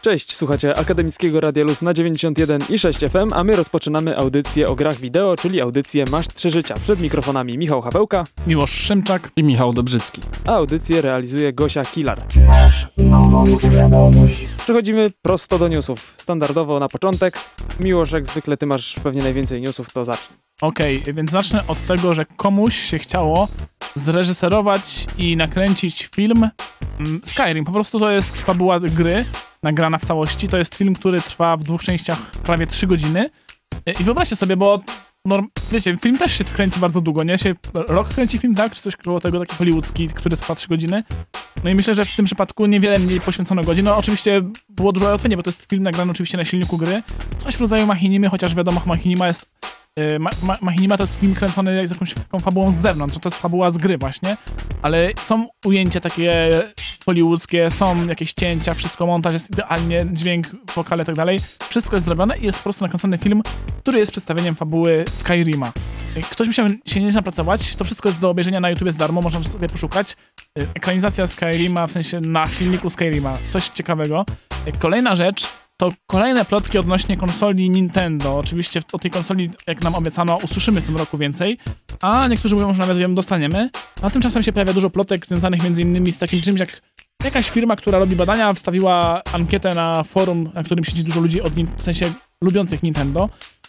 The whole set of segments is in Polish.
Cześć, słuchacie Akademickiego Radia Luz na 91,6 FM, a my rozpoczynamy audycję o grach wideo, czyli audycję Masz 3 życia. Przed mikrofonami Michał Hawełka, Miłosz Szymczak i Michał Dobrzycki. A audycję realizuje Gosia Kilar. Przechodzimy prosto do newsów. Standardowo na początek. Miłosz, jak zwykle ty masz pewnie najwięcej newsów, to zacznij. Okej, więc zacznę od tego, że komuś się chciało zreżyserować i nakręcić film Skyrim. Po prostu to jest fabuła gry nagrana w całości. To jest film, który trwa w 2 częściach prawie 3 godziny. I wyobraźcie sobie, bo wiecie, film też się kręci bardzo długo, nie? Rok kręci film, tak? Czy coś koło tego, taki hollywoodzki, który trwa 3 godziny. No i myślę, że w tym przypadku niewiele mniej poświęcono godzin. No oczywiście było dużo ułatwienie, bo to jest film nagrany oczywiście na silniku gry. Coś w rodzaju Machinimy, chociaż wiadomo, Machinima jest Machinima to jest film kręcony z jakąś taką fabułą z zewnątrz, to jest fabuła z gry właśnie, ale są ujęcia takie hollywoodzkie, są jakieś cięcia, wszystko, montaż jest idealnie, dźwięk, wokale i tak dalej, wszystko jest zrobione i jest po prostu nakręcony film, który jest przedstawieniem fabuły Skyrima. Ktoś musiał się nie napracować, to wszystko jest do obejrzenia na YouTube, jest darmo, można sobie poszukać. Ekranizacja Skyrima, w sensie na silniku Skyrima, coś ciekawego. Kolejna rzecz, to kolejne plotki odnośnie konsoli Nintendo. Oczywiście o tej konsoli, jak nam obiecano, usłyszymy w tym roku więcej, a niektórzy mówią, że nawet ją dostaniemy. A tymczasem się pojawia dużo plotek związanych m.in. z takim czymś jak jakaś firma, która robi badania, wstawiła ankietę na forum, na którym siedzi dużo ludzi, w sensie lubiących Nintendo.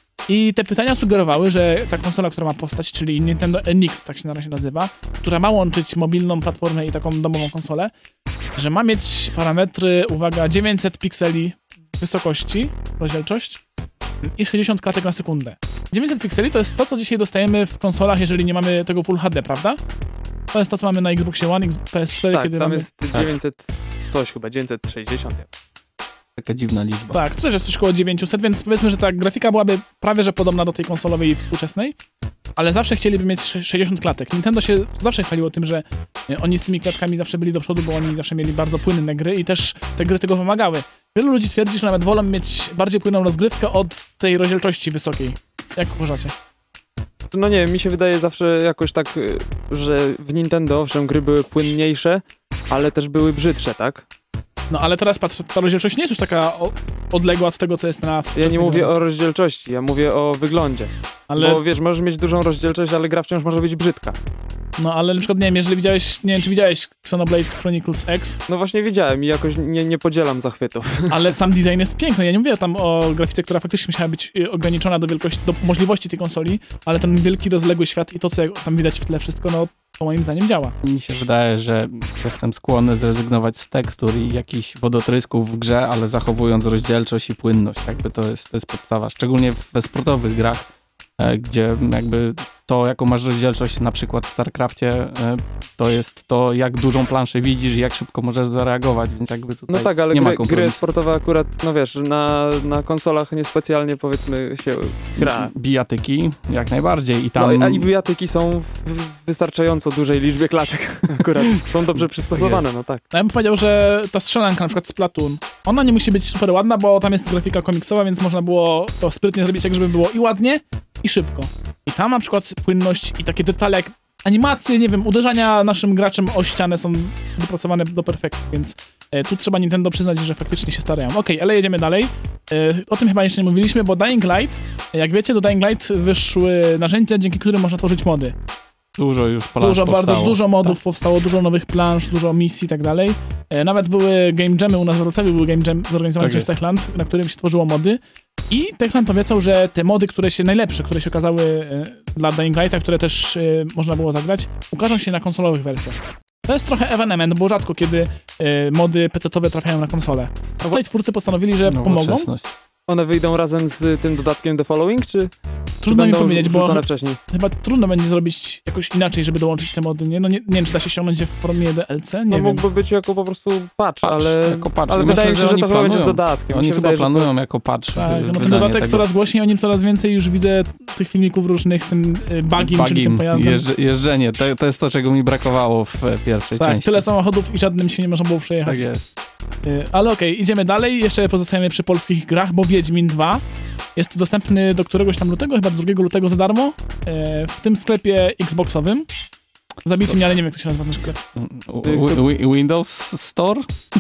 I te pytania sugerowały, że ta konsola, która ma powstać, czyli Nintendo NX, tak się na razie nazywa, która ma łączyć mobilną platformę i taką domową konsolę, że ma mieć parametry, uwaga, 900 pikseli wysokości, rozdzielczość i 60 klatek na sekundę. 900 pikseli to jest to, co dzisiaj dostajemy w konsolach, jeżeli nie mamy tego Full HD, prawda? To jest to, co mamy na Xboxie One, PS4, tak, kiedy tam mamy... jest 900, coś chyba, 960. Taka dziwna liczba. Tak, to też jest coś około 900, więc powiedzmy, że ta grafika byłaby prawie że podobna do tej konsolowej współczesnej, ale zawsze chcieliby mieć 60 klatek. Nintendo się zawsze chwaliło tym, że oni z tymi klatkami zawsze byli do przodu, bo oni zawsze mieli bardzo płynne gry i też te gry tego wymagały. Wielu ludzi twierdzi, że nawet wolą mieć bardziej płynną rozgrywkę od tej rozdzielczości wysokiej. Jak uważacie? No nie, mi się wydaje zawsze jakoś tak, że w Nintendo owszem gry były płynniejsze, ale też były brzydsze, tak? No ale teraz patrzę, ta rozdzielczość nie jest już taka odległa od tego, co jest na... Ja nie mówię o rozdzielczości, ja mówię o wyglądzie. Ale... Bo wiesz, możesz mieć dużą rozdzielczość, ale gra wciąż może być brzydka. No ale na przykład, nie wiem, jeżeli widziałeś, nie wiem, czy widziałeś Xenoblade Chronicles X? No właśnie widziałem i jakoś nie podzielam zachwytów. Ale sam design jest piękny, ja nie mówię tam o grafice, która faktycznie musiała być ograniczona do wielkości, do możliwości tej konsoli, ale ten wielki, rozległy świat i to, co tam widać w tle wszystko, no to moim zdaniem działa. Mi się wydaje, że jestem skłonny zrezygnować z tekstur i jakichś wodotrysków w grze, ale zachowując rozdzielczość i płynność. Jakby to jest podstawa, szczególnie we sportowych grach, gdzie jakby to, jaką masz rozdzielczość na przykład w StarCraftie, to jest to, jak dużą planszę widzisz i jak szybko możesz zareagować, więc jakby tutaj no tak, ale nie ma gry sportowe akurat, no wiesz, na konsolach niespecjalnie powiedzmy się gra. Bijatyki jak najbardziej i tam... No i bijatyki są w wystarczająco dużej liczbie klatek akurat. Są dobrze przystosowane, no tak. Ja bym powiedział, że ta strzelanka na przykład Splatoon, ona nie musi być super ładna, bo tam jest grafika komiksowa, więc można było to sprytnie zrobić tak, żeby było i ładnie, i szybko. I tam na przykład płynność i takie detale jak animacje, nie wiem, uderzania naszym graczem o ścianę są dopracowane do perfekcji, więc tu trzeba Nintendo przyznać, że faktycznie się starają. Okej, ale jedziemy dalej. O tym chyba jeszcze nie mówiliśmy, bo Dying Light, jak wiecie, do Dying Light wyszły narzędzia, dzięki którym można tworzyć mody. Dużo już plansz Bardzo dużo modów powstało, dużo nowych plansz, dużo misji i tak dalej. Nawet były game jamy, u nas w Wrocławiu był game jam zorganizowany przez Techland, na którym się tworzyło mody. I Techland obiecał, że te mody, które się okazały dla Dying Lighta, które też można było zagrać, ukażą się na konsolowych wersjach. To jest trochę ewenement, bo rzadko kiedy mody PC-towe trafiają na konsolę. A tutaj twórcy postanowili, że pomogą. One wyjdą razem z tym dodatkiem The Following, czy trudno mi powiedzieć, bo wcześniej? Chyba trudno będzie zrobić jakoś inaczej, żeby dołączyć te mody, nie? No nie wiem, czy da się ściągnąć je w formie DLC, nie wiem. Mógłby być jako po prostu patch, ale myślę, wydaje mi się, że to chyba będzie z dodatkiem. Oni chyba planują jako patch. Tak, no ten dodatek coraz głośniej, o nim coraz więcej już widzę tych filmików różnych z tym bugim, czyli tym pojazdem. Jeżdżenie, to jest to, czego mi brakowało w pierwszej części. Tak, tyle samochodów i żadnym się nie można było przejechać. Tak jest. Ale okej, idziemy dalej, jeszcze pozostajemy przy polskich grach, bo Wiedźmin 2 jest dostępny do któregoś tam lutego, chyba 2 lutego za darmo, w tym sklepie Xboxowym. Zabijcie mnie, ale nie wiem, jak to się nazywa ten sklep. Windows Store?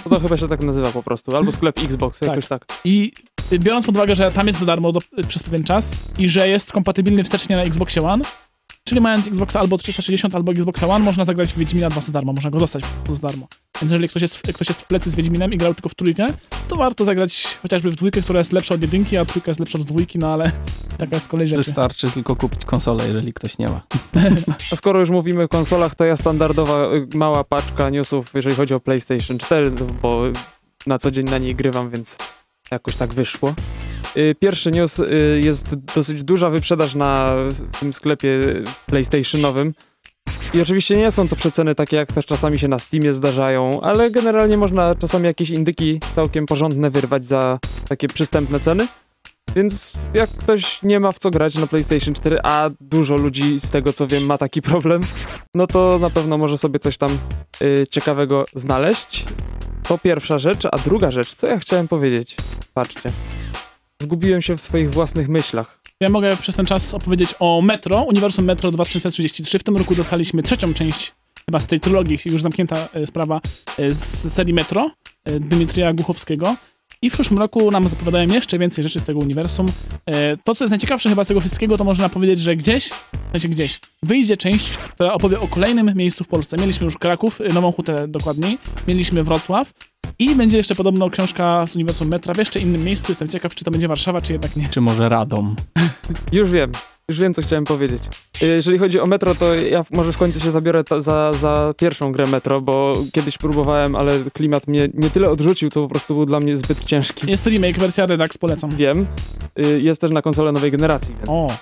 To chyba się tak nazywa po prostu, albo sklep Xbox, jakoś tak. I biorąc pod uwagę, że tam jest za darmo przez pewien czas i że jest kompatybilny wstecznie na Xboxie One, czyli mając Xboxa albo 360, albo Xboxa One, można zagrać w Wiedźmina 2 za darmo, można go dostać po prostu za darmo. Więc jeżeli ktoś jest w plecy z Wiedźminem i grał tylko w trójkę, to warto zagrać chociażby w dwójkę, która jest lepsza od jedynki, a trójka jest lepsza od dwójki, no ale taka jest kolej rzeczy. Wystarczy tylko kupić konsolę, jeżeli ktoś nie ma. A skoro już mówimy o konsolach, to ja standardowa mała paczka newsów, jeżeli chodzi o PlayStation 4, bo na co dzień na niej grywam, więc jakoś tak wyszło. Pierwszy news, jest dosyć duża wyprzedaż w tym sklepie PlayStationowym. I oczywiście nie są to przeceny takie, jak też czasami się na Steamie zdarzają, ale generalnie można czasami jakieś indyki całkiem porządne wyrwać za takie przystępne ceny. Więc jak ktoś nie ma w co grać na PlayStation 4, a dużo ludzi z tego co wiem ma taki problem, no to na pewno może sobie coś tam ciekawego znaleźć. To pierwsza rzecz, a druga rzecz, co ja chciałem powiedzieć? Patrzcie. Zgubiłem się w swoich własnych myślach. Ja mogę przez ten czas opowiedzieć o Metro, Uniwersum Metro 2033. W tym roku dostaliśmy trzecią część chyba z tej trylogii, już zamknięta sprawa z serii Metro Dmitrija Głuchowskiego. I w przyszłym roku nam zapowiadają jeszcze więcej rzeczy z tego uniwersum. To, co jest najciekawsze chyba z tego wszystkiego, to można powiedzieć, że gdzieś wyjdzie część, która opowie o kolejnym miejscu w Polsce. Mieliśmy już Kraków, Nową Hutę dokładniej, mieliśmy Wrocław i będzie jeszcze podobno książka z uniwersum Metra w jeszcze innym miejscu. Jestem ciekaw, czy to będzie Warszawa, czy jednak nie. Czy może Radom? Już wiem, co chciałem powiedzieć. Jeżeli chodzi o Metro, to ja może w końcu się zabiorę za pierwszą grę Metro, bo kiedyś próbowałem, ale klimat mnie nie tyle odrzucił, to po prostu był dla mnie zbyt ciężki. Jest remake, wersja Redux, polecam. Wiem. Jest też na konsolę nowej generacji,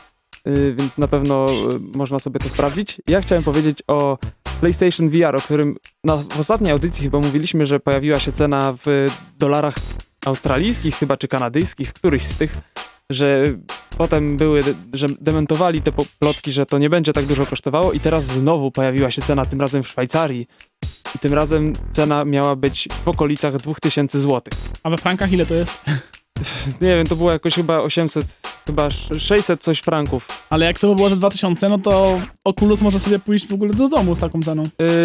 więc na pewno można sobie to sprawdzić. Ja chciałem powiedzieć o PlayStation VR, o którym w ostatniej audycji chyba mówiliśmy, że pojawiła się cena w dolarach australijskich chyba, czy kanadyjskich, któryś z tych, że potem że dementowali te plotki, że to nie będzie tak dużo kosztowało i teraz znowu pojawiła się cena, tym razem w Szwajcarii i tym razem cena miała być w okolicach 2000 zł. A we frankach ile to jest? Nie wiem, to było jakoś chyba 800, chyba 600 coś franków. Ale jak to by było za 2000, no to Oculus może sobie pójść w ogóle do domu z taką ceną.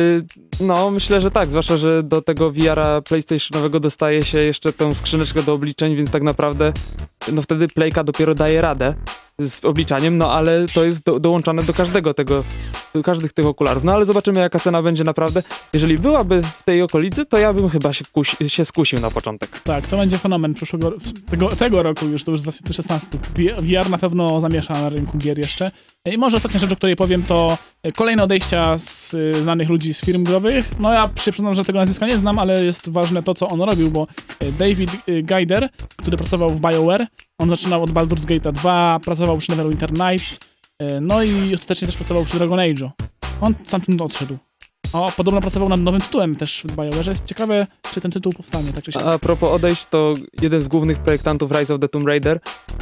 No, myślę, że tak, zwłaszcza, że do tego VR-a PlayStationowego dostaje się jeszcze tę skrzyneczkę do obliczeń, więc tak naprawdę no wtedy Playka dopiero daje radę z obliczaniem, no ale to jest dołączane do każdych tych okularów. No ale zobaczymy, jaka cena będzie naprawdę. Jeżeli byłaby w tej okolicy, to ja bym chyba się skusił na początek. Tak, to będzie fenomen tego roku już, to już 2016. VR na pewno zamiesza na rynku gier jeszcze. I może ostatnia rzecz, o której powiem, to kolejne odejścia z znanych ludzi z firm growych. No ja przyznam, że tego nazwiska nie znam, ale jest ważne to, co on robił, bo David Gaider, który pracował w BioWare, on zaczynał od Baldur's Gate 2, pracował przy Neverwinter Nights, no i ostatecznie też pracował przy Dragon Age'u. On stamtąd odszedł. Podobno pracował nad nowym tytułem też w BioWare. Jest ciekawe, czy ten tytuł powstanie. Tak czy siak. A propos odejść, to jeden z głównych projektantów Rise of the Tomb Raider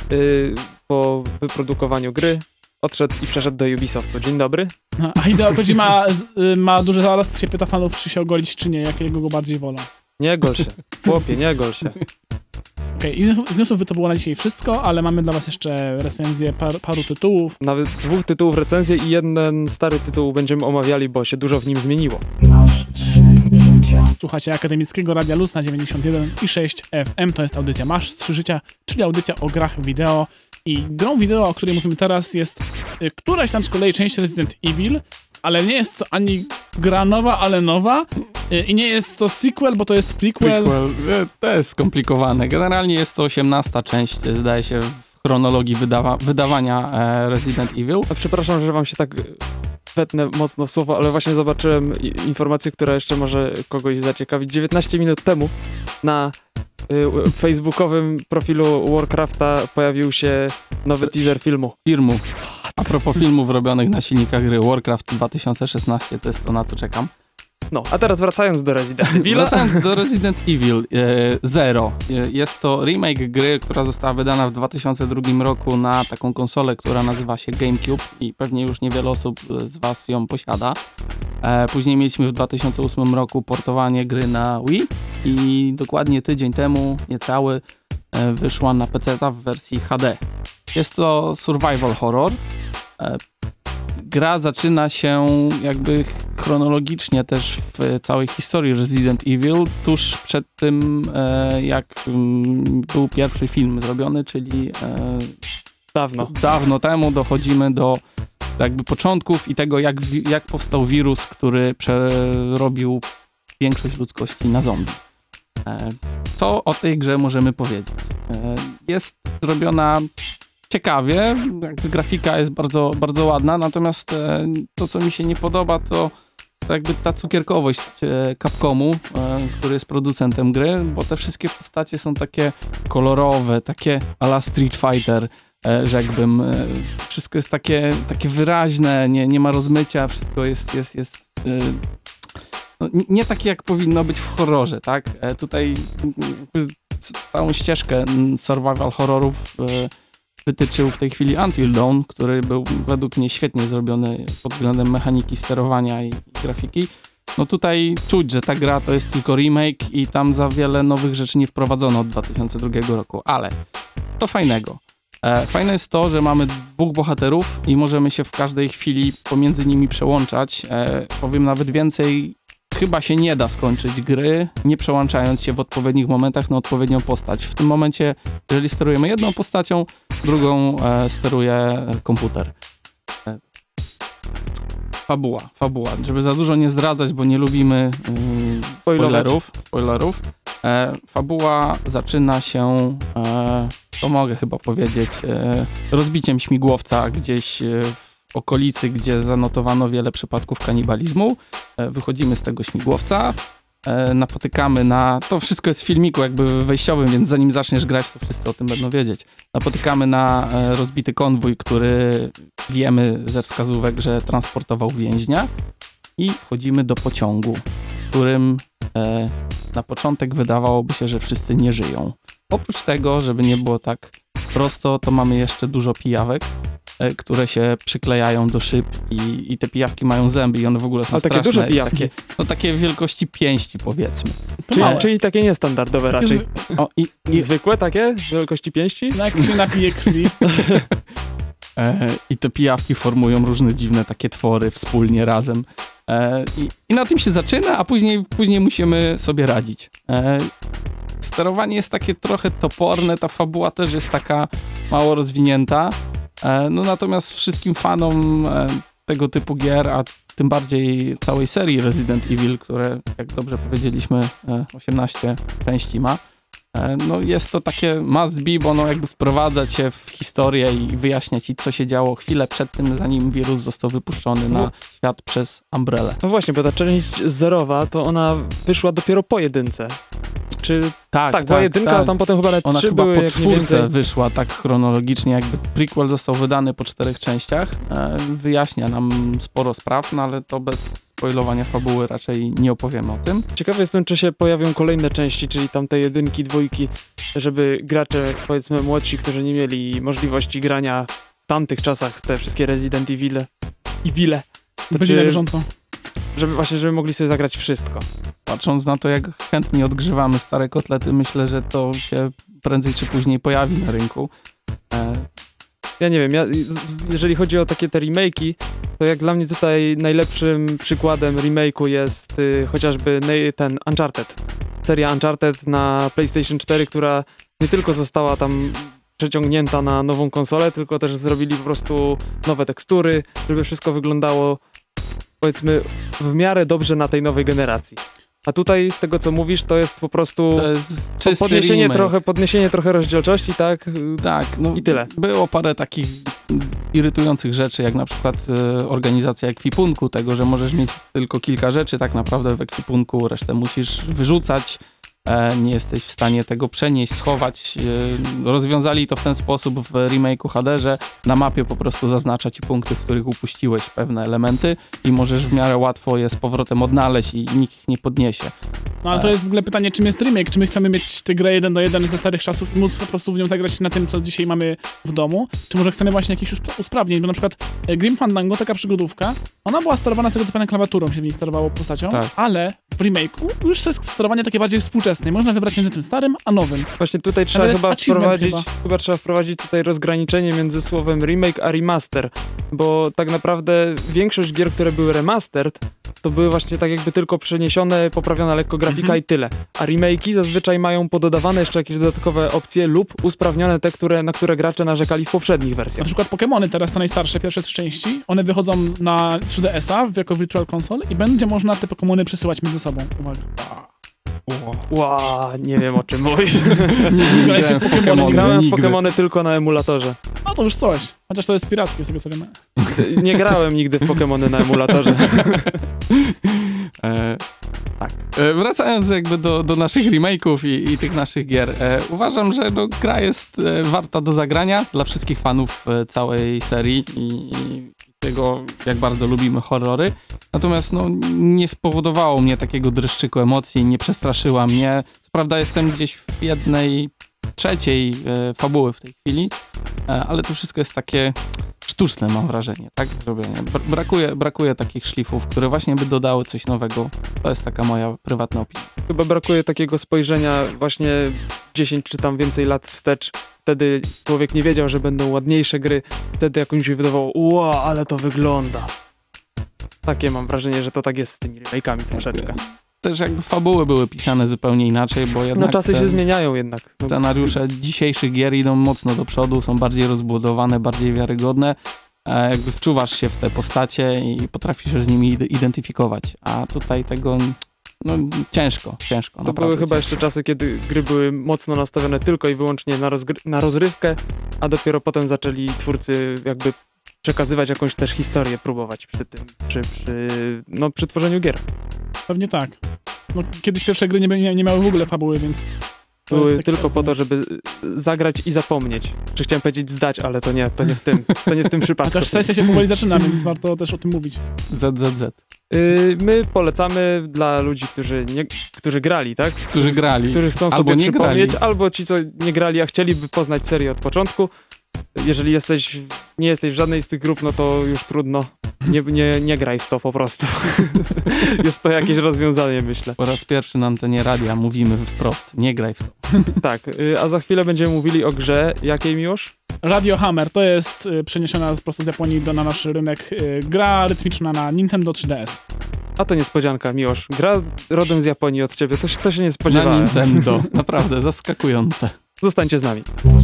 po wyprodukowaniu gry odszedł i przeszedł do Ubisoftu. Dzień dobry. A Hideo Kojima ma duży zarost, się pyta fanów, czy się ogolić, czy nie, jakiego go bardziej wolą. Nie gol się, chłopie, nie gol się. Okej, i z newsów to było na dzisiaj wszystko, ale mamy dla was jeszcze recenzję paru tytułów. Nawet 2 tytułów recenzję i jeden stary tytuł będziemy omawiali, bo się dużo w nim zmieniło. Słuchacie Akademickiego Radia Luz na 91,6 FM. To jest audycja Masz 3 Życia, czyli audycja o grach wideo. I grą wideo, o której mówimy teraz, jest któraś tam z kolei część Resident Evil, ale nie jest to ani gra nowa, ale nowa. I nie jest to sequel, bo to jest prequel. To jest skomplikowane. Generalnie jest to 18. część, zdaje się, w chronologii wydawania Resident Evil. Przepraszam, że wam się tak wetnę mocno w słowo, ale właśnie zobaczyłem informację, która jeszcze może kogoś zaciekawić. 19 minut temu na facebookowym profilu Warcrafta pojawił się nowy teaser filmu. A propos filmów robionych na silnikach gry Warcraft 2016, to jest to, na co czekam. No, a teraz wracając do Resident Evil. Wracając do Resident Evil Zero. Jest to remake gry, która została wydana w 2002 roku na taką konsolę, która nazywa się GameCube i pewnie już niewiele osób z was ją posiada. Później mieliśmy w 2008 roku portowanie gry na Wii i dokładnie tydzień temu, niecały, wyszła na PC w wersji HD. Jest to survival horror. gra zaczyna się jakby chronologicznie też w całej historii Resident Evil, tuż przed tym, jak był pierwszy film zrobiony, czyli dawno temu dochodzimy do jakby początków i tego, jak powstał wirus, który przerobił większość ludzkości na zombie. Co o tej grze możemy powiedzieć? Jest zrobiona ciekawie, jakby grafika jest bardzo, bardzo ładna, natomiast to, co mi się nie podoba, to jakby ta cukierkowość Capcomu, który jest producentem gry, bo te wszystkie postacie są takie kolorowe, takie a la Street Fighter, rzekłbym. Wszystko jest takie wyraźne, nie ma rozmycia, wszystko jest no, nie takie, jak powinno być w horrorze, tak? Tutaj całą ścieżkę survival horrorów wytyczył w tej chwili Until Dawn, który był według mnie świetnie zrobiony pod względem mechaniki sterowania i grafiki. No tutaj czuć, że ta gra to jest tylko remake i tam za wiele nowych rzeczy nie wprowadzono od 2002 roku, ale to fajnego. Fajne jest to, że mamy dwóch bohaterów i możemy się w każdej chwili pomiędzy nimi przełączać. Powiem nawet więcej, chyba się nie da skończyć gry, nie przełączając się w odpowiednich momentach na odpowiednią postać. W tym momencie, jeżeli sterujemy jedną postacią, drugą steruje komputer. Fabuła. Żeby za dużo nie zdradzać, bo nie lubimy spoilerów. Fabuła zaczyna się, to mogę chyba powiedzieć, rozbiciem śmigłowca gdzieś w okolicy, gdzie zanotowano wiele przypadków kanibalizmu. Wychodzimy z tego śmigłowca, napotykamy na... To wszystko jest w filmiku jakby wejściowym, więc zanim zaczniesz grać, to wszyscy o tym będą wiedzieć. Napotykamy na rozbity konwój, który wiemy ze wskazówek, że transportował więźnia i wchodzimy do pociągu, w którym na początek wydawałoby się, że wszyscy nie żyją. Oprócz tego, żeby nie było tak prosto, to mamy jeszcze dużo pijawek, które się przyklejają do szyb i te pijawki mają zęby i one w ogóle są straszne. Takie duże pijawki. Takie wielkości pięści, powiedzmy. Czyli takie niestandardowe raczej. Zwykłe takie? Wielkości pięści? No jak się napije krwi. I te pijawki formują różne dziwne takie twory wspólnie, razem. I na tym się zaczyna, a później musimy sobie radzić. Sterowanie jest takie trochę toporne, ta fabuła też jest taka mało rozwinięta. No natomiast wszystkim fanom tego typu gier, a tym bardziej całej serii Resident Evil, które, jak dobrze powiedzieliśmy, 18 części ma, no jest to takie must be, bo no jakby wprowadza cię w historię i wyjaśnia ci, co się działo chwilę przed tym, zanim wirus został wypuszczony na świat przez Umbrellę. No właśnie, bo ta część zerowa, to ona wyszła dopiero po jedynce. Czy... Tak, była jedynka, a tam potem chyba nawet 3 były, po 4 wyszła tak chronologicznie, jakby prequel został wydany po 4 częściach. Wyjaśnia nam sporo spraw, no ale to bez spoilowania fabuły raczej nie opowiemy o tym. Ciekawy jestem, czy się pojawią kolejne części, czyli tamte jedynki, dwójki, żeby gracze, powiedzmy młodsi, którzy nie mieli możliwości grania w tamtych czasach, te wszystkie Resident Evile. Będzie na bieżąco. Żeby mogli sobie zagrać wszystko. Patrząc na to, jak chętnie odgrzewamy stare kotlety, myślę, że to się prędzej czy później pojawi na rynku. Ja nie wiem, jeżeli chodzi o takie te remake'i, to jak dla mnie tutaj najlepszym przykładem remake'u jest chociażby ten Uncharted. Seria Uncharted na PlayStation 4, która nie tylko została tam przeciągnięta na nową konsolę, tylko też zrobili po prostu nowe tekstury, żeby wszystko wyglądało, powiedzmy, w miarę dobrze na tej nowej generacji. A tutaj z tego, co mówisz, to jest po prostu podniesienie trochę rozdzielczości, tak? Tak, no i tyle. Było parę takich irytujących rzeczy, jak na przykład organizacja ekwipunku, tego, że możesz mieć tylko kilka rzeczy tak naprawdę w ekwipunku, resztę musisz wyrzucać, nie jesteś w stanie tego przenieść, schować. Rozwiązali to w ten sposób w remake'u HD, że na mapie po prostu zaznacza ci punkty, w których upuściłeś pewne elementy i możesz w miarę łatwo je z powrotem odnaleźć i nikt ich nie podniesie. No ale to jest w ogóle pytanie, czym jest remake? Czy my chcemy mieć tę grę 1:1 ze starych czasów i móc po prostu w nią zagrać na tym, co dzisiaj mamy w domu? Czy może chcemy właśnie jakichś usprawnień? Bo na przykład Grim Fandango, taka przygodówka, ona była sterowana z tego co pamiętam klawiaturą, się w niej sterowało postacią, tak. Ale w remake'u już jest sterowanie takie bardziej współczesne. nowoczesnej. Można wybrać między tym starym a nowym. Właśnie tutaj trzeba jest chyba achievement wprowadzić tutaj rozgraniczenie między słowem remake a remaster, bo tak naprawdę większość gier, które były remastered, to były właśnie tak jakby tylko przeniesione, poprawiona lekko grafika i tyle. A remake'i zazwyczaj mają pododawane jeszcze jakieś dodatkowe opcje lub usprawnione te, na które gracze narzekali w poprzednich Na wersjach. przykład Pokémony teraz, te najstarsze, pierwsze 3 części, one wychodzą na 3DS-a jako Virtual Console i będzie można te Pokémony przesyłać między sobą. Uwaga. Nie wiem o czym mówisz. Nie graliście grałem w w Pokémony, Pokémony, Grałem w nigdy. Pokémony tylko na emulatorze. No to już coś. Chociaż to jest pirackie, sobie co wiemy. Nie grałem nigdy w Pokémony na emulatorze. Tak. Wracając jakby do naszych remake'ów i tych naszych gier, uważam, że gra jest warta do zagrania dla wszystkich fanów całej serii i tego, jak bardzo lubimy horrory. Natomiast nie spowodowało mnie takiego dreszczyku emocji, nie przestraszyła mnie. Co prawda jestem gdzieś w 1/3 fabuły w tej chwili, ale to wszystko jest takie sztuczne, mam wrażenie, tak? Zrobienie. Brakuje takich szlifów, które właśnie by dodały coś nowego. To jest taka moja prywatna opinia. Chyba brakuje takiego spojrzenia właśnie 10 czy tam więcej lat wstecz. Wtedy człowiek nie wiedział, że będą ładniejsze gry. Wtedy jak mi się wydawało, ale to wygląda. Takie mam wrażenie, że to tak jest z tymi remake'ami troszeczkę. Też jakby fabuły były pisane zupełnie inaczej, bo jednak czasy się zmieniają jednak. Scenariusze dzisiejszych gier idą mocno do przodu, są bardziej rozbudowane, bardziej wiarygodne. Jakby wczuwasz się w te postacie i potrafisz się z nimi identyfikować. A tutaj tego ciężko. To były chyba jeszcze czasy, kiedy gry były mocno nastawione tylko i wyłącznie na rozrywkę, a dopiero potem zaczęli twórcy jakby przekazywać jakąś też historię, próbować przy tym, przy tworzeniu gier. Pewnie tak. Kiedyś pierwsze gry nie miały w ogóle fabuły, więc... Były tylko po to, żeby zagrać i zapomnieć. Czy chciałem powiedzieć zdać, ale to nie w tym przypadku. Chociaż sesja się powoli zaczyna, więc warto też o tym mówić. ZZZ. My polecamy dla ludzi, którzy grali, tak? Którzy chcą sobie przypomnieć, albo ci, co nie grali, a chcieliby poznać serię od początku. Jeżeli nie jesteś w żadnej z tych grup, no to już trudno. Nie graj w to po prostu. Jest to jakieś rozwiązanie, myślę. Po raz pierwszy na antenie radia mówimy wprost, nie graj w to. Tak, a za chwilę będziemy mówili o grze, jakiej, Miłosz? Radio Hammer to jest przeniesiona prosto z Japonii na nasz rynek gra rytmiczna na Nintendo 3DS. A to niespodzianka, Miłosz. Gra rodem z Japonii od ciebie, to się nie spodziewałem. Na Nintendo, naprawdę zaskakujące. Zostańcie z nami.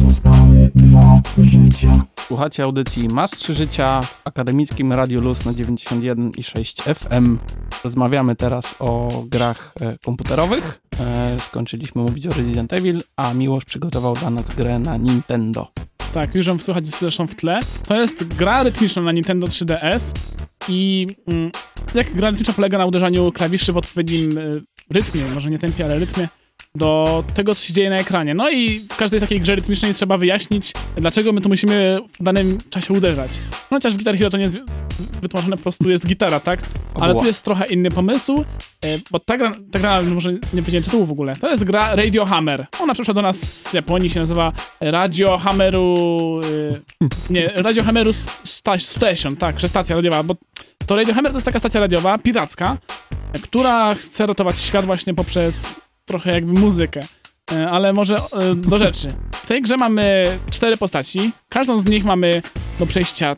Słuchacie audycji Masz 3 Życia w akademickim Radiu Luz na 91,6 FM. Rozmawiamy teraz o grach komputerowych. Skończyliśmy mówić o Resident Evil, a Miłosz przygotował dla nas grę na Nintendo. Tak, już ją słychać zresztą w tle. To jest gra rytmiczna na Nintendo 3DS i jak gra rytmiczna polega na uderzaniu klawiszy w odpowiednim rytmie, może nie tempie, ale rytmie, do tego, co się dzieje na ekranie. No i w każdej takiej grze rytmicznej trzeba wyjaśnić, dlaczego my tu musimy w danym czasie uderzać. No chociaż w Guitar Hero to nie jest wytłumaczone, po prostu jest gitara, tak? Ale tu jest trochę inny pomysł, bo ta gra, może nie powiedziałem tytułu w ogóle, to jest gra Radio Hammer. Ona przyszła do nas z Japonii, się nazywa Radio Hammeru Station, tak, że stacja radiowa, bo to Radio Hammer to jest taka stacja radiowa, piracka, która chce ratować świat właśnie poprzez trochę jakby muzykę, ale może do rzeczy. W tej grze mamy 4 postaci, każdą z nich mamy do przejścia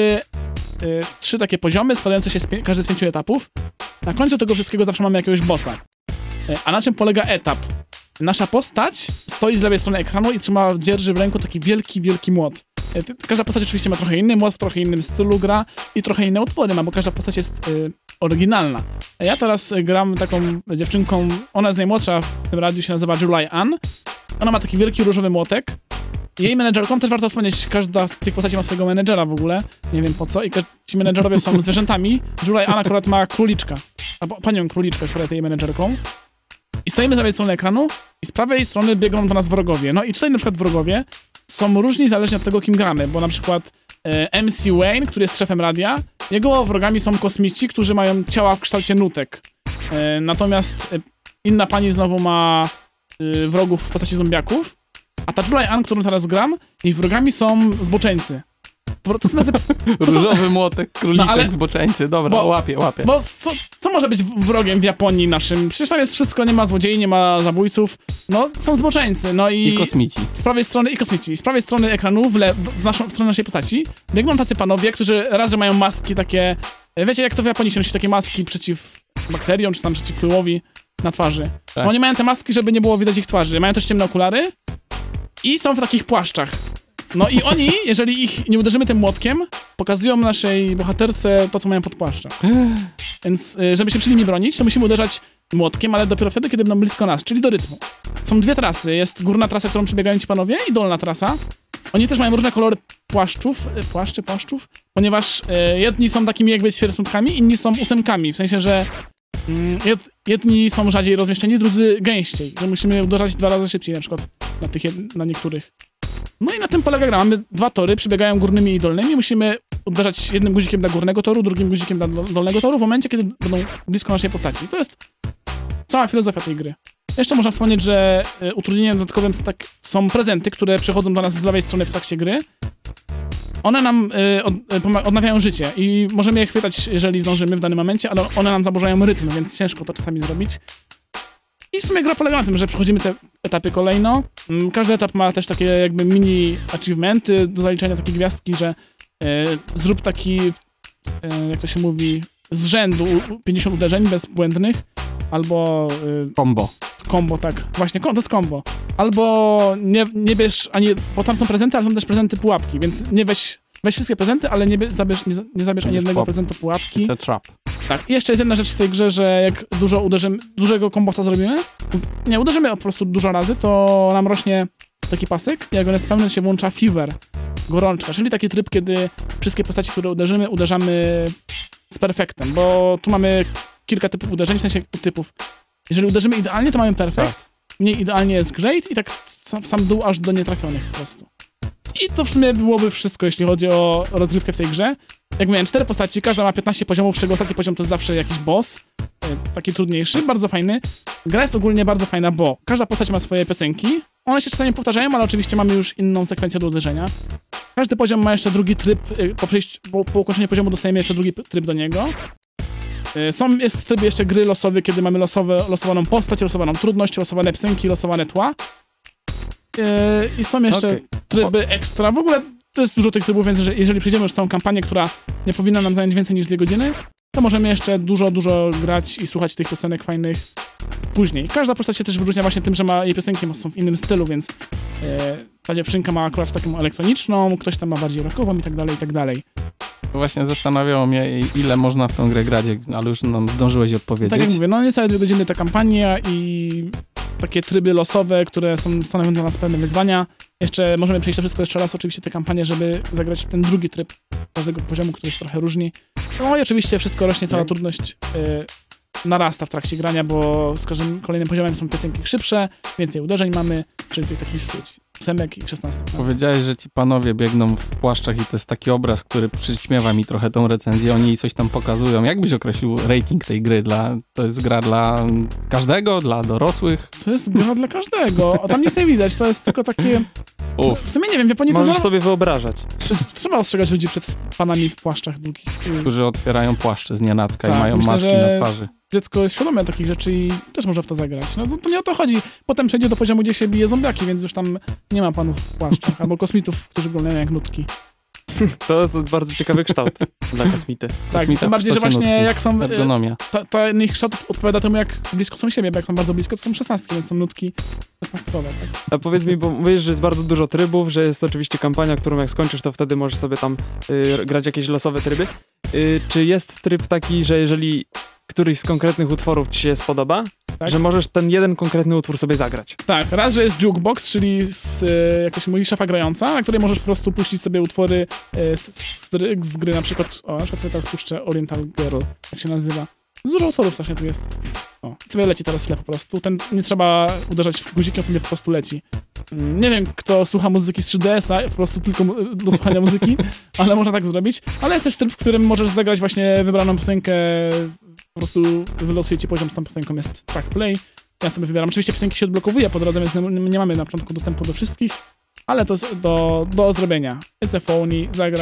3 takie poziomy składające się każdy z 5 etapów. Na końcu tego wszystkiego zawsze mamy jakiegoś bossa. A na czym polega etap? Nasza postać stoi z lewej strony ekranu i dzierży w ręku taki wielki młot. Każda postać oczywiście ma trochę inny młot, w trochę innym stylu gra i trochę inne utwory ma, bo każda postać jest oryginalna. Ja teraz gram taką dziewczynką, ona jest najmłodsza w tym radiu, się nazywa Julie Ann. Ona ma taki wielki różowy młotek. Jej menedżerką też warto wspomnieć, każda z tych postaci ma swojego menedżera w ogóle, nie wiem po co, i ci menedżerowie są zwierzętami. Julie Ann akurat ma króliczka, albo panią króliczkę, która jest jej menedżerką. I stoimy z lewej strony ekranu i z prawej strony biegną do nas wrogowie. No i tutaj na przykład wrogowie są różni zależnie od tego, kim gramy, bo na przykład MC Wayne, który jest szefem radia, jego wrogami są kosmici, którzy mają ciała w kształcie nutek. Natomiast inna pani znowu ma wrogów w postaci zombiaków, a ta Julie Ann, którą teraz gram, jej wrogami są zboczeńcy. To są tacy, Różowy młotek, króliczek, ale- zboczeńcy. Dobra, bo- łapię. bo co może być wrogiem w Japonii naszym? Przecież tam jest wszystko, nie ma złodziei, nie ma zabójców. No, są zboczeńcy, no I kosmici. z prawej strony i kosmici. Z prawej strony ekranu, w stronę naszej postaci, biegną tacy panowie, którzy raz, że mają maski takie... Wiecie, jak to w Japonii się nosi takie maski przeciw bakteriom, czy tam przeciw pyłowi na twarzy. Tak. Oni mają te maski, żeby nie było widać ich twarzy. Mają też ciemne okulary i są w takich płaszczach. No i oni, jeżeli ich nie uderzymy tym młotkiem, pokazują naszej bohaterce to, co mają pod płaszczem. Więc, żeby się przy nimi bronić, to musimy uderzać młotkiem, ale dopiero wtedy, kiedy będą blisko nas, czyli do rytmu. Są dwie trasy. Jest górna trasa, którą przebiegają ci panowie, i dolna trasa. Oni też mają różne kolory płaszczów, ponieważ jedni są takimi jakby ćwierćsutkami, inni są ósemkami, w sensie, że jedni są rzadziej rozmieszczeni, drudzy gęściej, że musimy uderzać 2 razy szybciej na przykład na niektórych. No i na tym polega gra. Mamy 2 tory, przebiegają górnymi i dolnymi. Musimy uderzać jednym guzikiem dla górnego toru, drugim guzikiem dla dolnego toru w momencie, kiedy będą blisko naszej postaci. I to jest cała filozofia tej gry. Jeszcze można wspomnieć, że utrudnieniem dodatkowym są prezenty, które przychodzą do nas z lewej strony w trakcie gry. One nam odnawiają życie i możemy je chwytać, jeżeli zdążymy w danym momencie, ale one nam zaburzają rytm, więc ciężko to czasami zrobić. I w sumie gra polega na tym, że przechodzimy te etapy kolejno. Każdy etap ma też takie jakby mini achievementy do zaliczenia, takie gwiazdki, że zrób taki, jak to się mówi, z rzędu 50 uderzeń bezbłędnych, albo... Combo, tak. Właśnie, to jest combo. Albo nie bierz ani... Bo tam są prezenty, ale są też prezenty pułapki, więc nie weź wszystkie prezenty, ale nie zabierz ani jednego prezentu pułapki. It's a trap. Tak. I jeszcze jest jedna rzecz w tej grze, że jak dużego kombosa zrobimy, uderzymy po prostu dużo razy, to nam rośnie taki pasek i jak on jest pełny, się włącza fever, gorączka, czyli taki tryb, kiedy wszystkie postaci, które uderzamy z perfektem, bo tu mamy kilka typów uderzeń, w sensie typów. Jeżeli uderzymy idealnie, to mamy perfekt, mniej idealnie jest great i tak w sam dół aż do nietrafionych po prostu. I to w sumie byłoby wszystko, jeśli chodzi o rozgrywkę w tej grze. Jak mówiłem, 4 postaci, każda ma 15 poziomów, z czego ostatni poziom to jest zawsze jakiś boss, taki trudniejszy, bardzo fajny. Gra jest ogólnie bardzo fajna, bo każda postać ma swoje piosenki, one się czasami powtarzają, ale oczywiście mamy już inną sekwencję do uderzenia. Każdy poziom ma jeszcze drugi tryb, po ukończeniu poziomu dostajemy jeszcze drugi tryb do niego. Jest tryb jeszcze gry losowy, kiedy mamy losowaną postać, losowaną trudność, losowane piosenki, losowane tła. I są jeszcze tryby ekstra. W ogóle to jest dużo tych trybów, więc jeżeli przejdziemy już całą kampanię, która nie powinna nam zająć więcej niż 2 godziny, to możemy jeszcze dużo grać i słuchać tych piosenek fajnych później. Każda postać się też wyróżnia właśnie tym, że jej piosenki są w innym stylu, więc ta dziewczynka ma akurat taką elektroniczną, ktoś tam ma bardziej rockową i tak dalej. Właśnie zastanawiało mnie, ile można w tą grę grać, ale już nam zdążyłeś odpowiedzieć. Tak jak mówię, niecałe 2 godziny ta kampania i takie tryby losowe, które stanowią dla nas pewne wyzwania. Jeszcze możemy przejść to wszystko jeszcze raz, oczywiście te kampanie, żeby zagrać ten drugi tryb każdego poziomu, który się trochę różni. No i oczywiście wszystko rośnie, cała trudność narasta w trakcie grania, bo z każdym kolejnym poziomem są piosenki szybsze, więcej uderzeń mamy, czyli tych takich 8 i 16. Powiedziałeś, że ci panowie biegną w płaszczach i to jest taki obraz, który przyćmiewa mi trochę tą recenzję. Oni jej coś tam pokazują. Jak byś określił rating tej gry? To jest gra dla każdego? Dla dorosłych? To jest gra dla każdego. A tam nic nie widać. To jest tylko takie... W sumie nie wiem, w Japonii Możesz to... sobie wyobrażać. Trzeba ostrzegać ludzi przed panami w płaszczach długich. Którzy otwierają płaszcze z nienacka Tak, i mają myślę, maski że na twarzy. Dziecko jest świadome takich rzeczy i też może w to zagrać. No to nie o to chodzi. Potem przejdzie do poziomu, gdzie się bije zombiaki, więc już tam nie ma panów w płaszczach. Albo kosmitów, którzy wyglądają jak nutki. To jest bardzo ciekawy kształt dla kosmity. Tak, tym bardziej, że właśnie jak są... Ergonomia. Ten ich kształt odpowiada temu, jak blisko są siebie, bo jak są bardzo blisko, to są 16, więc są nutki 16-kowe, tak? A powiedz mi, bo mówisz, że jest bardzo dużo trybów, że jest oczywiście kampania, którą jak skończysz, to wtedy możesz sobie tam grać jakieś losowe tryby. Czy jest tryb taki, że jeżeli któryś z konkretnych utworów ci się spodoba, tak, że możesz ten jeden konkretny utwór sobie zagrać? Tak, raz, że jest jukebox, czyli jak to się mówi, szafa grająca, na której możesz po prostu puścić sobie utwory z gry, na przykład sobie teraz puszczę Oriental Girl, jak się nazywa. Dużo utworów strasznie tu jest. Sobie leci teraz tle po prostu. Nie trzeba uderzać w guzikiem, sobie po prostu leci. Nie wiem, kto słucha muzyki z 3DS-a, po prostu tylko do słuchania muzyki, ale można tak zrobić. Ale jest też tryb, w którym możesz zagrać właśnie wybraną piosenkę, po prostu wylosuje ci poziom z tą piosenką, jest track play. Ja sobie wybieram. Oczywiście piosenki się odblokowuje po drodze, więc nie mamy na początku dostępu do wszystkich, ale to jest do zrobienia. It's a phony, zagraj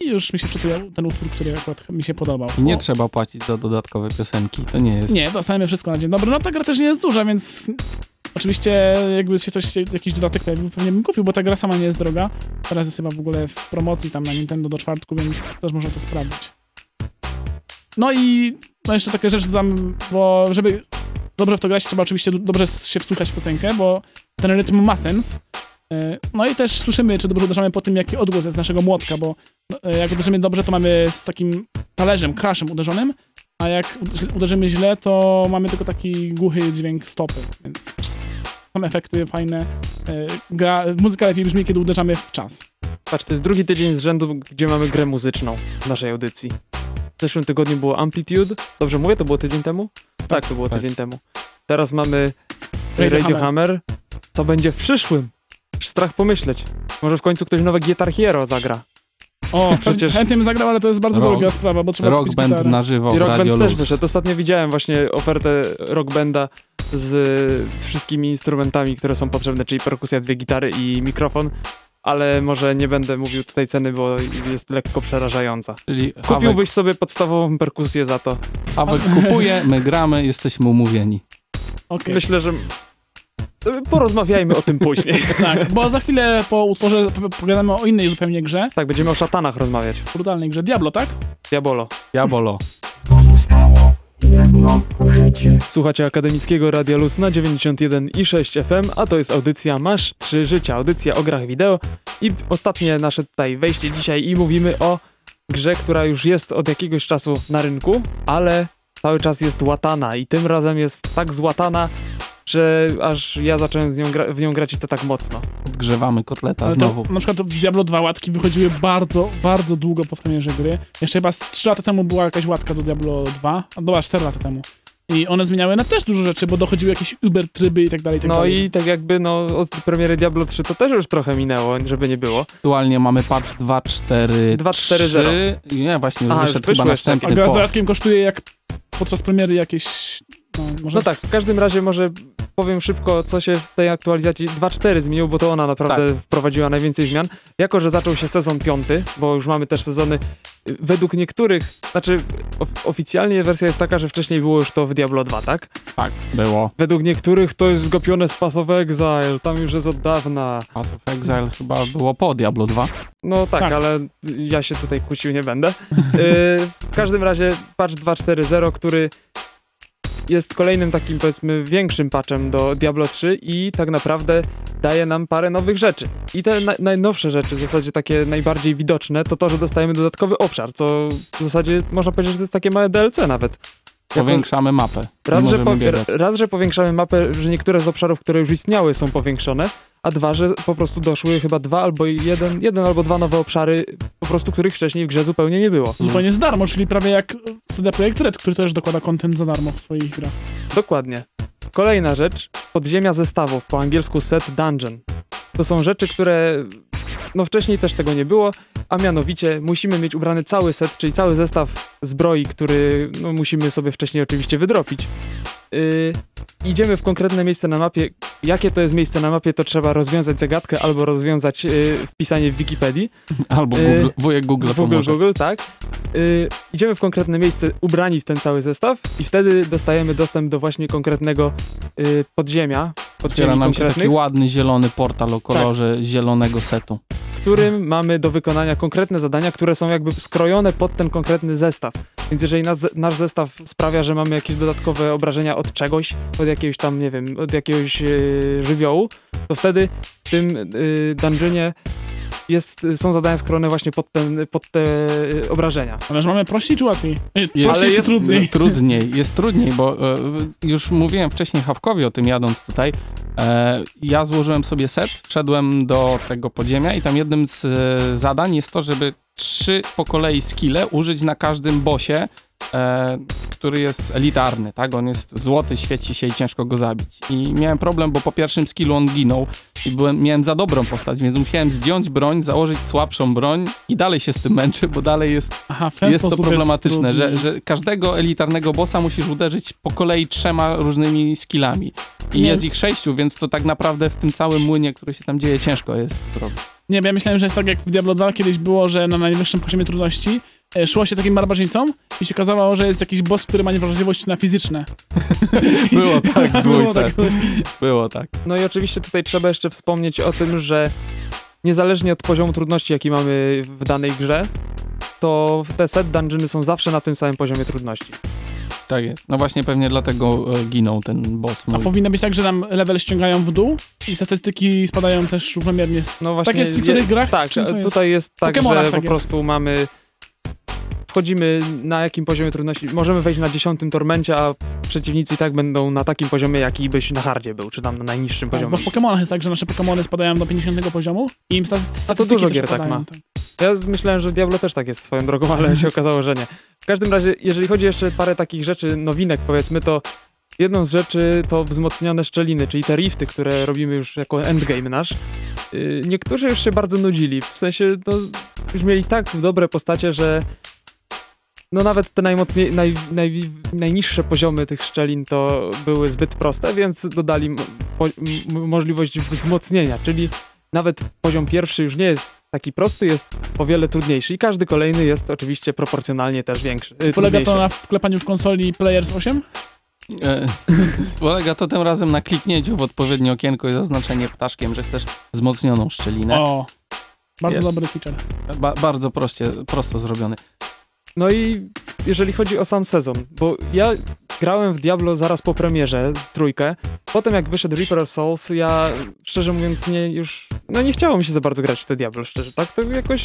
i już mi się wczytuje ten utwór, który akurat mi się podobał. I nie trzeba płacić za dodatkowe piosenki, to nie jest... Nie, dostajemy wszystko na dzień dobry. No ta gra też nie jest duża, więc oczywiście jakby się jakiś dodatek pojawił, pewnie bym kupił, bo ta gra sama nie jest droga. Teraz jest chyba w ogóle w promocji tam na Nintendo do czwartku, więc też można to sprawdzić. No i jeszcze takie rzeczy dodam, bo żeby dobrze w to grać, trzeba oczywiście dobrze się wsłuchać w piosenkę, bo ten rytm ma sens. No i też słyszymy, czy dobrze uderzamy po tym, jaki odgłos jest naszego młotka, bo jak uderzymy dobrze, to mamy z takim talerzem, crashem uderzonym, a jak uderzymy źle, to mamy tylko taki głuchy dźwięk stopy, więc są efekty fajne. Muzyka lepiej brzmi, kiedy uderzamy w czas. Patrz, to jest drugi tydzień z rzędu, gdzie mamy grę muzyczną w naszej audycji. W zeszłym tygodniu było Amplitude. Dobrze mówię? To było tydzień temu? Tak, to było tydzień temu. Teraz mamy Radio Hammer. Co będzie w przyszłym? Strach pomyśleć. Może w końcu ktoś nowe Guitar Hero zagra. O, przecież chętnie bym zagrał, ale to jest bardzo droga sprawa, bo trzeba Rock kupić Band gitarę. na żywo I w Rock Radio Band też Luz. wyszedł. Ostatnio widziałem właśnie ofertę Rock Banda z wszystkimi instrumentami, które są potrzebne, czyli perkusja, 2 gitary i mikrofon. Ale może nie będę mówił tutaj ceny, bo jest lekko przerażająca. Czyli Kupiłbyś sobie podstawową perkusję za to. Awek kupuje, my gramy, jesteśmy umówieni. Okay. Myślę, że porozmawiajmy o tym później. Tak, bo za chwilę po utworze pogadamy o innej zupełnie grze. Tak, będziemy o szatanach rozmawiać. Brutalnej grze. Diablo, tak? Diabolo. Diabolo. Słuchacie Akademickiego Radia Luz na 91,6 FM, a to jest audycja Masz 3 życia, audycja o grach wideo i ostatnie nasze tutaj wejście dzisiaj i mówimy o grze, która już jest od jakiegoś czasu na rynku, ale cały czas jest łatana i tym razem jest tak złatana, że aż ja zacząłem w nią grać i to tak mocno. Odgrzewamy kotleta Ale znowu. To, na przykład w Diablo 2 łatki wychodziły bardzo, bardzo długo po premierze gry. Jeszcze chyba 3 lata temu była jakaś łatka do Diablo 2, a była 4 lata temu. I one zmieniały na też dużo rzeczy, bo dochodziły jakieś Uber tryby i tak dalej. No i tak jakby od premiery Diablo 3 to też już trochę minęło, żeby nie było. Aktualnie mamy patch 2.4.3. 2.4.0. Nie, właśnie już wyszedł już chyba następny A gra z po. dodatkiem kosztuje jak podczas premiery jakieś... No tak, w każdym razie może powiem szybko, co się w tej aktualizacji 2.4 zmieniło, bo to ona naprawdę wprowadziła najwięcej zmian. Jako że zaczął się sezon 5, bo już mamy też sezony, według niektórych, znaczy oficjalnie wersja jest taka, że wcześniej było już to w Diablo 2, tak? Tak, było. Według niektórych to jest zgopione z Path of Exile, tam już jest od dawna. Path of Exile chyba było po Diablo 2. No tak, ale ja się tutaj kłócił nie będę. W każdym razie patch 2.4.0, który jest kolejnym takim, powiedzmy, większym patchem do Diablo 3 i tak naprawdę daje nam parę nowych rzeczy. I te najnowsze rzeczy, w zasadzie takie najbardziej widoczne, to, że dostajemy dodatkowy obszar, co w zasadzie można powiedzieć, że to jest takie małe DLC nawet. Powiększamy mapę. Raz, że powiększamy mapę, że niektóre z obszarów, które już istniały, są powiększone, a dwa, że po prostu doszły chyba jeden albo dwa nowe obszary, po prostu których wcześniej w grze zupełnie nie było. Zupełnie za darmo, czyli prawie jak CD Projekt Red, który też dokłada content za darmo w swoich grach. Dokładnie. Kolejna rzecz, podziemia zestawów, po angielsku set dungeon. To są rzeczy, które wcześniej też tego nie było, a mianowicie musimy mieć ubrany cały set, czyli cały zestaw zbroi, który musimy sobie wcześniej oczywiście wydropić. Idziemy w konkretne miejsce na mapie. Jakie to jest miejsce na mapie, to trzeba rozwiązać zagadkę albo rozwiązać wpisanie w Wikipedii. Albo wujek Google pomoże. Google, tak. Idziemy w konkretne miejsce ubrani w ten cały zestaw i wtedy dostajemy dostęp do właśnie konkretnego podziemia. Otwiera nam się taki ładny, zielony portal o kolorze zielonego setu. W którym mamy do wykonania konkretne zadania, które są jakby skrojone pod ten konkretny zestaw. Więc jeżeli nasz zestaw sprawia, że mamy jakieś dodatkowe obrażenia od czegoś, od jakiegoś tam, nie wiem, od jakiegoś żywiołu, to wtedy w tym dungeonie są zadania skrojone właśnie pod te obrażenia. Ale że mamy prościej czy łatwiej? Jest trudniej. Jest trudniej, bo już mówiłem wcześniej Hawkowi o tym jadąc tutaj. Ja złożyłem sobie set, wszedłem do tego podziemia i tam jednym z zadań jest to, żeby 3 po kolei skille użyć na każdym bossie, który jest elitarny, tak? On jest złoty, świeci się i ciężko go zabić. I miałem problem, bo po pierwszym skillu on ginął i miałem za dobrą postać, więc musiałem zdjąć broń, założyć słabszą broń i dalej się z tym męczę, bo dalej jest to problematyczne, że każdego elitarnego bossa musisz uderzyć po kolei 3 różnymi skillami. I jest ich 6, więc to tak naprawdę w tym całym młynie, który się tam dzieje, ciężko jest zrobić. Nie, bo ja myślałem, że jest tak jak w Diablo 2 kiedyś było, że na najwyższym poziomie trudności szło się takim barbarzyńcą i się okazało, że jest jakiś boss, który ma niewrażliwość na fizyczne. Było tak w Było dwójce. tak. Było tak. No i oczywiście tutaj trzeba jeszcze wspomnieć o tym, że niezależnie od poziomu trudności, jaki mamy w danej grze, to te set dungeony są zawsze na tym samym poziomie trudności. Tak jest. No właśnie pewnie dlatego ginął ten boss A mój. powinno być tak, że nam level ściągają w dół i statystyki spadają też równomiernie. No właśnie, Tak jest w niektórych grach? Tak, Czym to jest? tutaj jest tak, Pokemonach że tak po jest. prostu wchodzimy na jakim poziomie trudności, możemy wejść na 10 tormencie, a przeciwnicy i tak będą na takim poziomie, jaki byś na hardzie był, czy tam na najniższym Tak, poziomie. bo w Pokemonach jest tak, że nasze Pokemony spadają do 50 poziomu i im statystyki dużo też gier tak spadają, ma. Ja myślałem, że w Diablo też tak jest swoją drogą, ale się okazało, że nie. W każdym razie, jeżeli chodzi jeszcze parę takich rzeczy, nowinek powiedzmy, to jedną z rzeczy to wzmocnione szczeliny, czyli te rifty, które robimy już jako endgame nasz. Niektórzy już się bardzo nudzili, w sensie no, już mieli tak dobre postacie, że no nawet te najniższe poziomy tych szczelin to były zbyt proste, więc dodali możliwość wzmocnienia, czyli nawet poziom pierwszy już nie jest taki prosty, jest o wiele trudniejszy i każdy kolejny jest oczywiście proporcjonalnie też większy. Polega trudniejszy. to na wklepaniu w konsoli Players 8? Polega to tym razem na kliknięciu w odpowiednie okienko i zaznaczenie ptaszkiem, że chcesz wzmocnioną szczelinę. O, bardzo Jest. dobry feature. Bardzo prosto zrobiony. No i jeżeli chodzi o sam sezon, bo ja grałem w Diablo zaraz po premierze, trójkę, potem jak wyszedł Reaper of Souls, ja szczerze mówiąc nie chciało mi się za bardzo grać w to Diablo, szczerze, tak? To jakoś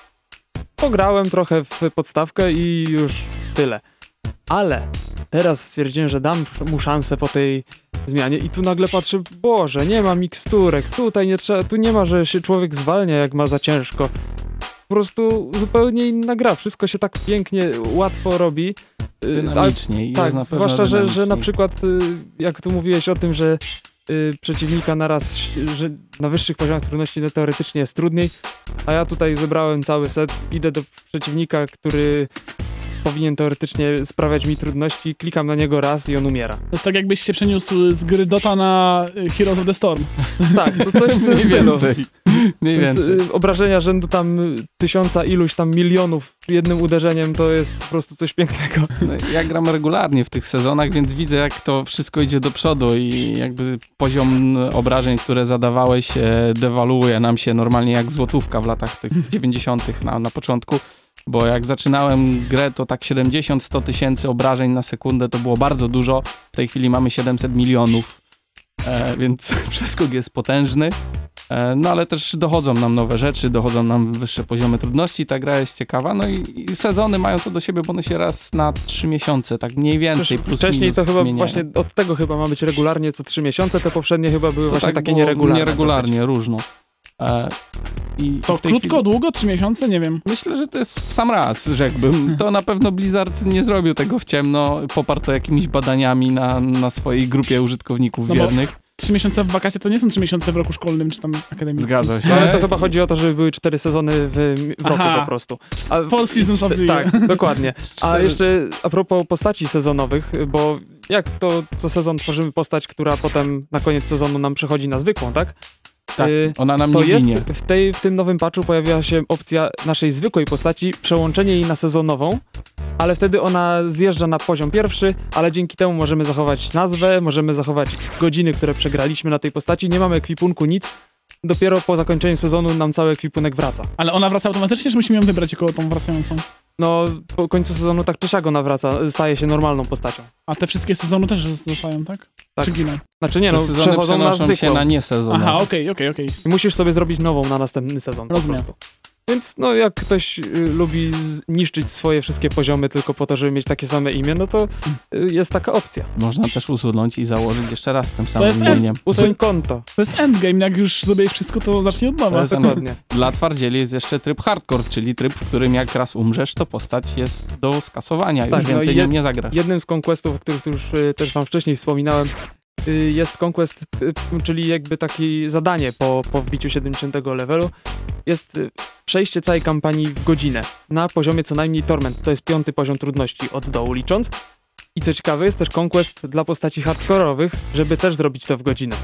pograłem trochę w podstawkę i już tyle. Ale teraz stwierdziłem, że dam mu szansę po tej zmianie i tu nagle patrzę, Boże, nie ma miksturek, tutaj nie trzeba, tu nie ma, że się człowiek zwalnia jak ma za ciężko. Po prostu zupełnie inna gra, wszystko się tak pięknie, łatwo robi. Dynamicznie. Tak, zwłaszcza, że na przykład jak tu mówiłeś o tym, że przeciwnika naraz, że na wyższych poziomach trudności no, teoretycznie jest trudniej, a ja tutaj zebrałem cały set, idę do przeciwnika, który powinien teoretycznie sprawiać mi trudności, klikam na niego raz i on umiera. To jest tak jakbyś się przeniósł z gry Dota na Heroes of the Storm. Tak, to coś w tym Mniej stylu. więcej. Mniej Więc więcej. obrażenia rzędu tam 1000 iluś tam milionów jednym uderzeniem to jest po prostu coś pięknego. No, ja gram regularnie w tych sezonach, więc widzę, jak to wszystko idzie do przodu i jakby poziom obrażeń, które zadawałeś, dewaluuje nam się normalnie jak złotówka w latach tych 90. na początku. Bo jak zaczynałem grę, to tak 70-100 tysięcy obrażeń na sekundę to było bardzo dużo. W tej chwili mamy 700 milionów, więc przeskok jest potężny. No ale też dochodzą nam nowe rzeczy, dochodzą nam wyższe poziomy trudności, ta gra jest ciekawa. No i sezony mają to do siebie, bo one się raz na 3 miesiące, tak mniej więcej, plus Wcześniej minus to chyba zmieniają. właśnie od tego chyba ma być regularnie co 3 miesiące, te poprzednie chyba były To właśnie tak takie było nieregularne. Nieregularnie, różno. I To w tej krótko, chwili- długo? 3 miesiące? Nie wiem. Myślę, że to jest w sam raz, rzekłbym. To na pewno Blizzard nie zrobił tego w ciemno, poparł to jakimiś badaniami na swojej grupie użytkowników No bo- wiernych. 3 miesiące w wakacje to nie są 3 miesiące w roku szkolnym czy tam akademickim. Zgadza się. No, ale to chyba chodzi o to, żeby były 4 sezony w roku Aha. po prostu. Four seasons of the year. Tak, dokładnie. A 4 jeszcze a propos postaci sezonowych, bo jak to co sezon tworzymy postać, która potem na koniec sezonu nam przechodzi na zwykłą, tak? Tak, ona nam To nie jest ginie. w tym nowym patchu pojawiła się opcja naszej zwykłej postaci, przełączenie jej na sezonową, ale wtedy ona zjeżdża na poziom pierwszy, ale dzięki temu możemy zachować nazwę, możemy zachować godziny, które przegraliśmy na tej postaci, nie mamy ekwipunku, nic. Dopiero po zakończeniu sezonu nam cały ekwipunek wraca. Ale ona wraca automatycznie, czy musimy ją wybrać jako tą wracającą? No, po końcu sezonu tak czy siak ona wraca, staje się normalną postacią. A te wszystkie sezony też zostają, tak? Tak. Czy giną? Znaczy nie, Te no, sezony przechodzą na przenoszą się zwykłą. na niesezon. Aha, okej. I musisz sobie zrobić nową na następny sezon Rozumiem. po prostu. Więc no jak ktoś lubi niszczyć swoje wszystkie poziomy tylko po to, żeby mieć takie same imię, no to jest taka opcja. Można też usunąć i założyć jeszcze raz tym samym jest imieniem. Usuń konto. To jest endgame, jak już zrobisz wszystko, to zacznij od To nowa. jest Dokładnie. Dla twardzieli jest jeszcze tryb hardcore, czyli tryb, w którym jak raz umrzesz, to postać jest do skasowania. Już Tak, no więcej i nią nie zagrasz. Jednym z conquestów, o których tu już też wam wcześniej wspominałem, jest conquest, czyli jakby takie zadanie po wbiciu 70 levelu. Jest przejście całej kampanii w godzinę na poziomie co najmniej Torment. To jest 5. poziom trudności od dołu licząc. I co ciekawe, jest też Conquest dla postaci hardkorowych, żeby też zrobić to w godzinę.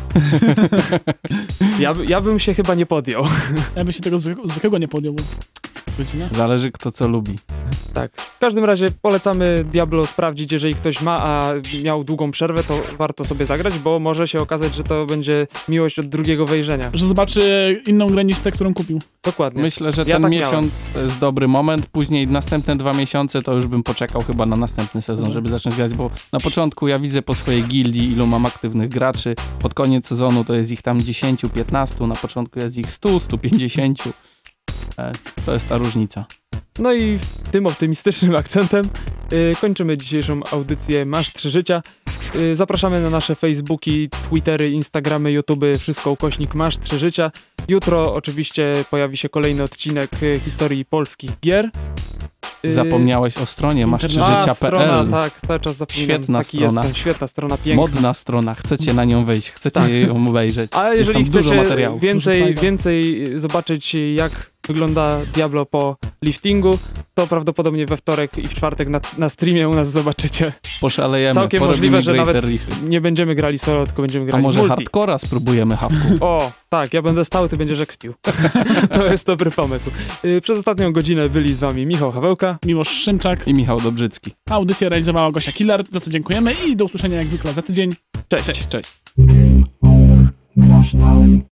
Ja bym się chyba nie podjął. Ja bym się tego zwykłego nie podjął. Godzina? Zależy kto co lubi. Tak. W każdym razie polecamy Diablo sprawdzić, jeżeli ktoś ma, a miał długą przerwę, to warto sobie zagrać, bo może się okazać, że to będzie miłość od drugiego wejrzenia. Że zobaczy inną grę niż tę, którą kupił. Dokładnie. Myślę, że Ja ten tak miesiąc miałem. to jest dobry moment, później następne 2 miesiące to już bym poczekał chyba na następny sezon, żeby zacząć grać, bo na początku ja widzę po swojej gildii, ilu mam aktywnych graczy, pod koniec sezonu to jest ich tam 10, 15, na początku jest ich 100, 150. To jest ta różnica. No i tym optymistycznym akcentem kończymy dzisiejszą audycję Masz 3 życia. Zapraszamy na nasze Facebooki, Twittery, Instagramy, YouTuby, wszystko ukośnik Masz 3 życia. Jutro oczywiście pojawi się kolejny odcinek historii polskich gier. Zapomniałeś o stronie masz3życia.pl. Strona, tak, cały czas zapominam. Świetna Taki strona. jestem, świetna strona, piękna. Modna strona, chcecie na nią wejść, chcecie ją obejrzeć. A Jest jeżeli tam dużo chcecie materiałów. więcej zobaczyć, jak wygląda Diablo po liftingu, to prawdopodobnie we wtorek i w czwartek na streamie u nas zobaczycie. Poszalejemy, Całkiem porobimy możliwe, że Greater nawet Rifty. nie będziemy grali solo, tylko będziemy A grali może multi. hardcora spróbujemy, Hawku? O, tak, ja będę stał, ty będziesz ekspił. To jest dobry pomysł. Przez ostatnią godzinę byli z wami Michał Hawełka. Miłosz Szymczak. I Michał Dobrzycki. Audycję realizowała Gosia Killer, za co dziękujemy i do usłyszenia jak zwykle za tydzień. Cześć. Cześć.